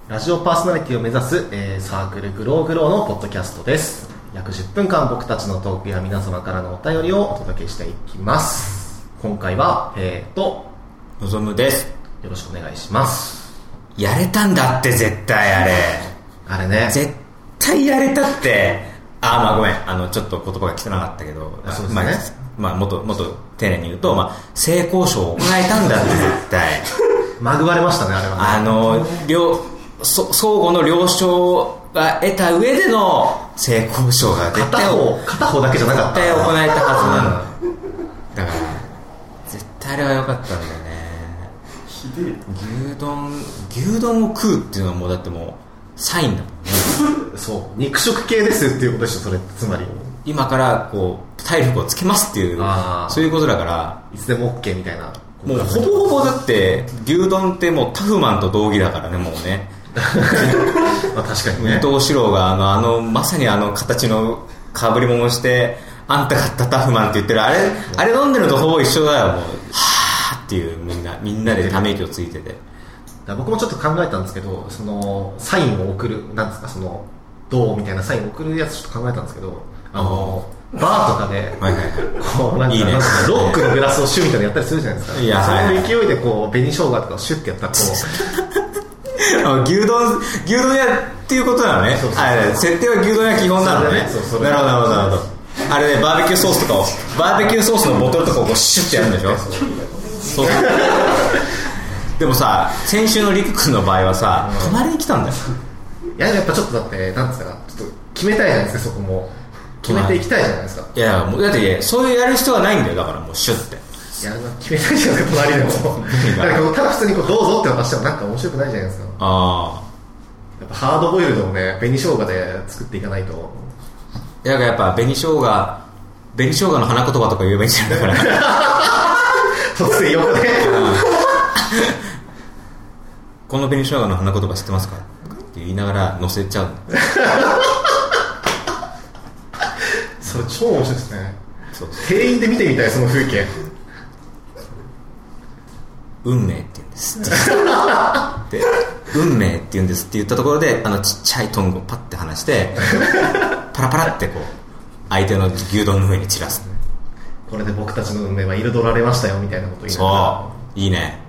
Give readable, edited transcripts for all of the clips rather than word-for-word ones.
ラジオパーソナリティを目指す、サークルグローグローのポッドキャストです。約10分間僕たちのトークや皆様からのお便りをお届けしていきます。今回はのぞむです。 よろしくお願いします。 やれたんだって絶対あれね絶対やれたって。まあごめん、ちょっと言葉が汚かったけど、 そうですね、 もっと丁寧に言うと、性交渉を行えたんだって絶対まぐわれましたね、あれはね。 相互の了承が得た上での性交渉が絶対片方だけじゃなかった、 絶対行えたはずなのだから絶対あれは良かったんだよね。牛丼を食うっていうのはもうだってもうサインだもんねそう肉食系ですっていうことでしょ、それつまり今からこう体力をつけますっていう、そういうことだからいつでも OK みたいな。 もうほぼほぼだって牛丼ってもうタフマンと同義だからね、もうねまあ確かにね。 武藤四郎がまさに形のかぶり物をしてあんたがったタフマンって言ってるあれ飲んでるのとほぼ一緒だよ。もうはーっていうみんなでため息をついてて、 僕もちょっと考えたんですけど、そのサインを送るなんですか、そのどうみたいなサインを送るやつちょっと考えたんですけど、バーとかでこうなんかいいね、 ロックのグラスをシュッみたいなのやったりするじゃないですか。 いや、 それの勢いでこう紅生姜とかをシュッてやったらこう牛丼屋っていうことなのね。 そう設定は牛丼屋基本なのね。なるほどあれでバーベキューソースとかをバーベキューソースのボトルとかをこうシュッてやるんでしょ。そうでもさ、先週のりくくんの場合はさ、泊まりに来たんだよ。 いややっぱちょっとだってなんですか、ちょっと決めたいじゃないですか、そこも決めていきたいじゃないですか。 いやもうだってそういうやる必要はないんだよ。だからもうシュッて決めたいじゃないですか、隣でもなんかただ普通にこうどうぞって渡してもなんか面白くないじゃないですか。やっぱハードボイルドをね紅生姜で作っていかないと。 いややっぱ紅生姜の花言葉とか言えばいいんじゃないだから突然横でこの紅生姜の花言葉知ってますかって言いながら乗せちゃうそれ超面白いですね。店員で見てみたい、その風景。 運命って言うんですで運命って言うんですって言ったところでちっちゃいトングをパッて離してパラパラってこう相手の牛丼の上に散らす。 これで僕たちの運命は彩られましたよみたいなこと言いながら。 そういいね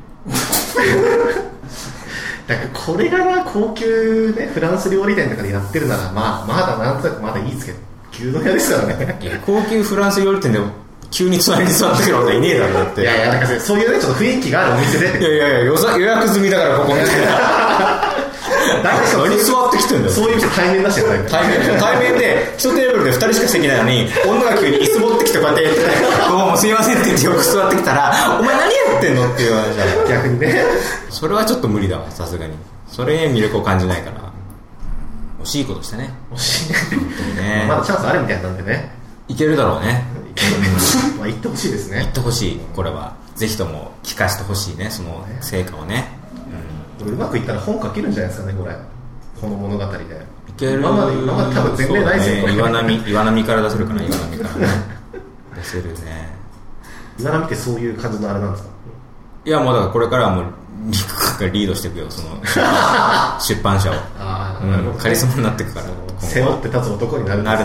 だからこれがな高級ねフランス料理店とかでやってるならまだなんとなくまだいいですけど、牛丼屋ですからね。 いや高級フランス料理店でも急に隣に座ってくることはいねえだろだって。 いやなんかそういうねちょっと雰囲気があるお店で。 いや予約済みだからここみたいな何座ってきてんだよ。 そういう店対面だし対面で1テーブルで2人しか席ないのに女が急に椅子持ってきてこうやってどうもすいませんって言ってよく座ってきたらお前何やってんのっていう話じゃん。 逆にねそれはちょっと無理だわさすがに。それに魅力を感じないから惜しいことしたね。 惜しいねまだチャンスあるみたいなんでね、 いけるだろうねまあ行ってほしいですね。 行ってほしい。これはぜひとも聞かせてほしいね、その成果をね。 うまくいったら本書けるんじゃないですかね、この物語で。いける。 今まで多分前例ないですよ、 ね、岩波から出せるかな。岩波からね出せるね。 岩波ってそういう感じのあれなんですか。 いやもうだからこれからはもうリクがリードしていくよ、その出版社をカリスマになっていくから背負って立つ男になるから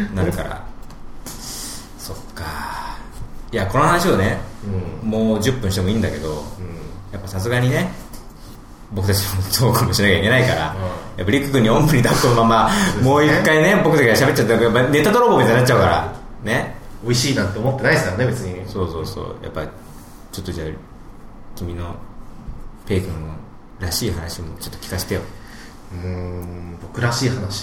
そっか。いやこの話をね、もう10分してもいいんだけど、やっぱさすがにね僕たちもトークもしなきゃいけないから、やっぱリク君におんぶに抱っこのままもう一回ね僕たちが喋っちゃったらやっぱネタ泥棒みたいになっちゃうからね。 美味しいなんて思ってないですからね別に。 そうやっぱちょっとじゃあ君のペイ君のらしい話もちょっと聞かせてよ。 僕らしい話、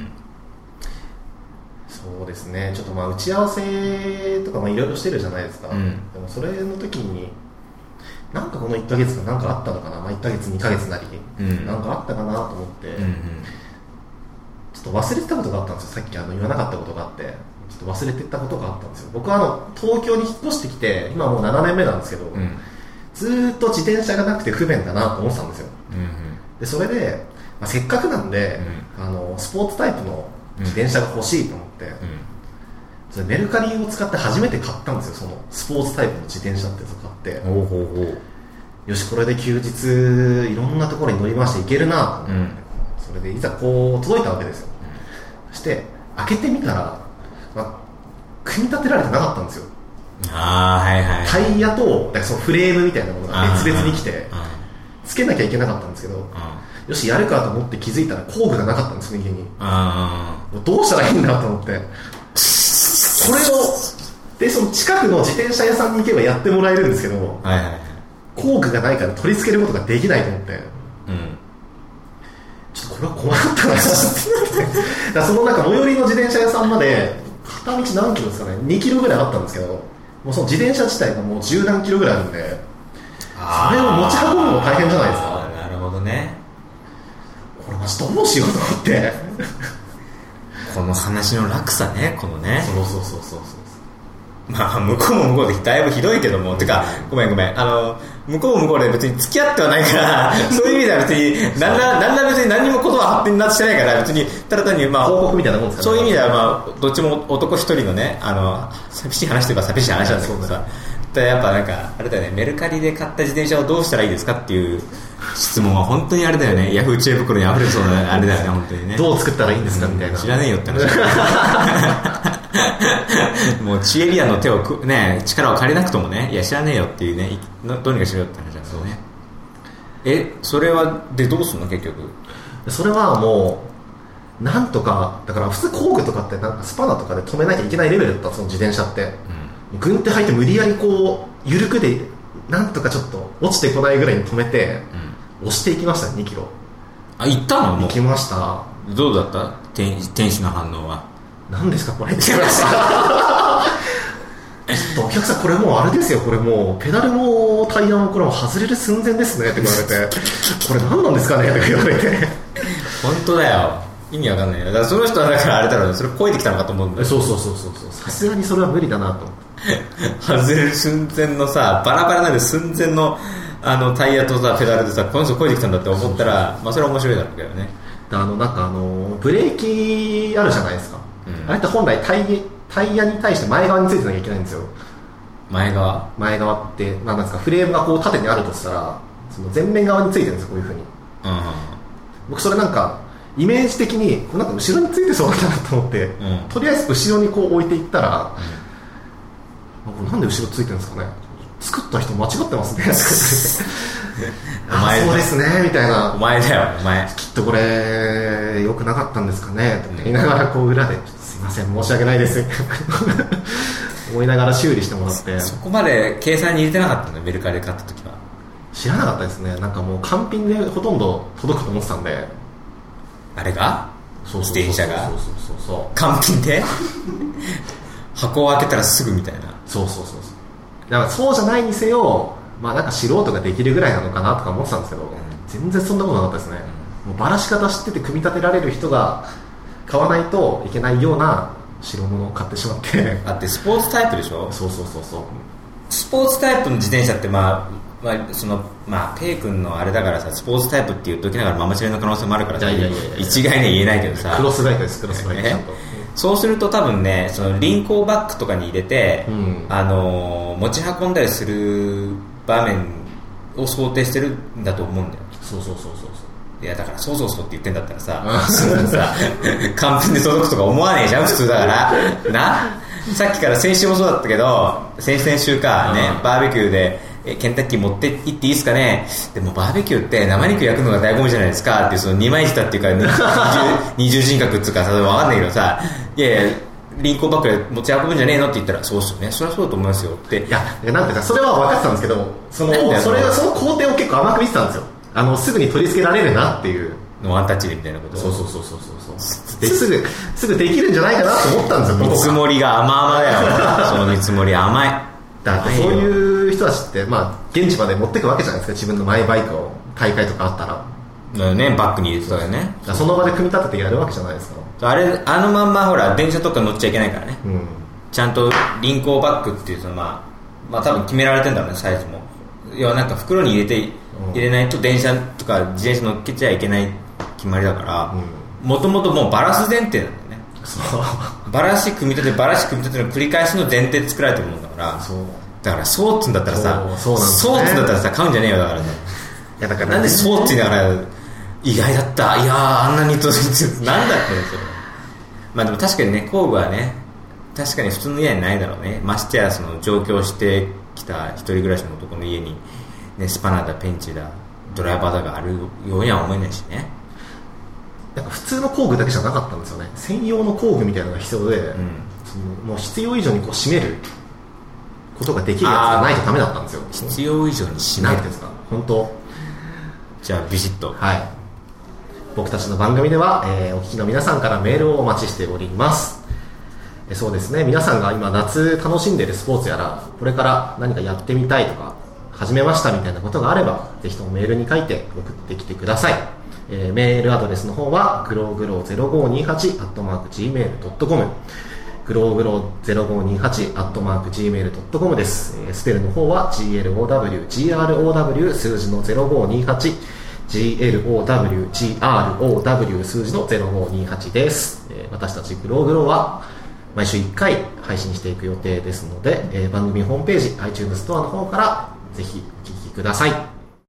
そうですね、ちょっと打ち合わせとかいろいろしてるじゃないですか、でもそれの時になんかこの1ヶ月かなんかあったのかな、1ヶ月2ヶ月なり、なんかあったかなと思って、ちょっと忘れてたことがあったんですよ。さっき言わなかったことがあってちょっと忘れてたことがあったんですよ。僕は東京に引っ越してきて今もう7年目なんですけど、ずーっと自転車がなくて不便だなと思ってたんですよ、でそれで、せっかくなんで、スポーツタイプの自転車が欲しいと思って、それメルカリを使って初めて買ったんですよ。そのスポーツタイプの自転車ってやつを買って、 よしこれで休日いろんなところに乗り回していけるなと思って、それでいざこう届いたわけですよ。そして開けてみたら、組み立てられてなかったんですよ。タイヤとそのフレームみたいなものが別々に来てつけなきゃいけなかったんですけど、よしやるかと思って気づいたら工具がなかったんですよ、家に。どうしたらいいんだと思って、これをでその近くの自転車屋さんに行けばやってもらえるんですけど、工具がないから取り付けることができないと思って、ちょっとこれは困ったなってその最寄りの自転車屋さんまで片道何キロですかね、2キロぐらいあったんですけど、もうその自転車自体がもう10何キロぐらいあるんで、それを持ち運ぶのも大変じゃないですか。 なるほどね。 これマジどうしようと思ってこの話の落差ね、このね。 そう。 まあ向こうも向こうでだいぶひどいけども、てかごめん向こうも向こうで別に付き合ってはないからそういう意味では別にだんだん別に何にもことは発展になってないから、別にただ単に報告みたいなもんですから、ね、 そういう意味ではどっちも男一人のね、寂しい話といえば寂しい話なんだけどさ、やっぱなんかあれだよね、メルカリで買った自転車をどうしたらいいですかっていう質問は本当にあれだよね、ヤフー知恵袋に溢れそうなあれだよね、本当にね。どう作ったらいいんですかみたいな。 知らねえよって話もう知恵リアの手をね、力を借りなくともね、いや知らねえよっていうね、どうにかしろよって話なんですよね。それはでどうすんの結局。 それはもうなんとかだから、普通工具とかってなんかスパナとかで止めなきゃいけないレベルだった、その自転車って、軍手履いて無理やりこう緩くでなんとかちょっと落ちてこないぐらいに止めて、押していきましたね、2キロ。 行ったの？もう行きました。 どうだった？店主の反応は。 何ですかこれって言いましたちょっとお客さんこれもうあれですよ、これもうペダルもタイヤもこれも外れる寸前ですねって言われてこれ何なんですかねって言われて本当だよ、意味わかんないよ。だからその人はだからあれだろうね、それこいできたのかと思うんだよ。 そうさすがにそれは無理だなと思って外れる寸前のさ、バラバラなんで寸前のタイヤとさペダルでさ、この人こいできたんだって思ったら、まあそれは面白いだろうけどね。 なんかブレーキあるじゃないですか、あれって本来タイヤに対して前側についてなきゃいけないんですよ。前側って、なんですか、フレームがこう縦にあるとしたらその前面側についてるんですよ、こういう風に、僕それなんかイメージ的にこうなんか後ろについてそうだなと思って、とりあえず後ろにこう置いていったら、なんで後ろついてるんですかね、作った人間違ってますねそうですねみたいな、 お前だよお前、 きっとこれ良くなかったんですかねって言いながらこう裏ですいません申し訳ないです思いながら修理してもらって。 そこまで計算に入れてなかったんだ、メルカリで買った時は。 知らなかったですね。なんかもう完品でほとんど届くと思ってたんで、 あれが自転車がそう完品で箱を開けたらすぐみたいな。 そうだからそうじゃないにせよ、なんか素人ができるぐらいなのかなとか思ってたんですけど、全然そんなことなかったですね。もうバラし方知ってて組み立てられる人が買わないといけないような代物を買ってしまってあってスポーツタイプでしょ。 そうスポーツタイプの自転車ってペイ君のあれだからさ、スポーツタイプって言っときながら間違いの可能性もあるからさ、一概には言えないけどさ、 クロスバイクです、クロスバイクちゃんと。 そうすると多分ね、その輪行バッグとかに入れて、持ち運んだりする場面を想定してるんだと思うんだよ。 そういやだからそうって言ってんだったらさ完品で届くとか思わねえじゃん普通だからな。さっきから先週もそうだったけど、先々週かね、バーベキューでケンタッキー持って行っていいですかね、でもバーベキューって生肉焼くのが醍醐味じゃないですかっていう、その二枚舌っていうか二重人格っていうかさ、分かんないけどさ、いや輪行バッグで持ち運ぶんじゃねえのって言ったら、そうっすよね、それはそうだと思いますよって。いやなんていうか、それは分かってたんですけど、その工程を結構甘く見てたんですよ。すぐに取り付けられるなっていうワンタッチでみたいなこと。 そうすぐできるんじゃないかなと思ったんですよ。 見積もりが甘々だよその見積もり甘い。 だってそういう人たちって現地まで持ってくわけじゃないですか、自分のマイバイクを大会とかあったらね、バッグに入れてたよね。 その場で組み立ててやるわけじゃないですか。 まんまほら電車とか乗っちゃいけないからね、ちゃんと輪行バッグっていうその多分決められてんだろうね、サイズも。要はなんか袋に入れないと電車とか自転車乗っけちゃいけない決まりだから、もともともうバラす前提なんだよね。バラし組み立ての繰り返しの前提で作られてるもんだから、 だからそうっつんだったらさ、 そうっつんだったらさ買うんじゃねえよ。だからなんでそうっついながら意外だった、いやーあんなにとなんだってそれ。まあでも確かにね、工具はね確かに普通の家にないだろうね。ましてやその上京してきた一人暮らしの男の家に、ね、スパナだペンチだドライバーだがあるようには思えないしね。 なんか普通の工具だけじゃなかったんですよね。専用の工具みたいなのが必要で、そのもう必要以上にこう締めることができるやつがないとダメだったんですよ。 必要以上に締める。 なんていうんですか、本当。 じゃあビシッと。 はい。僕たちの番組では、お聞きの皆さんからメールをお待ちしております。そうですね、皆さんが今夏楽しんでいるスポーツやら、これから何かやってみたいとか始めましたみたいなことがあれば、ぜひともメールに書いて送ってきてください。メールアドレスの方はグローグロー0528@gmail.com、グローグロー0528@gmail.com です。スペルの方は GLOWGROW 数字の0528 GLOWGROW 数字の0528です。私たちグローグローは毎週1回配信していく予定ですので、番組ホームページ iTunes ストアの方からぜひお聞きください。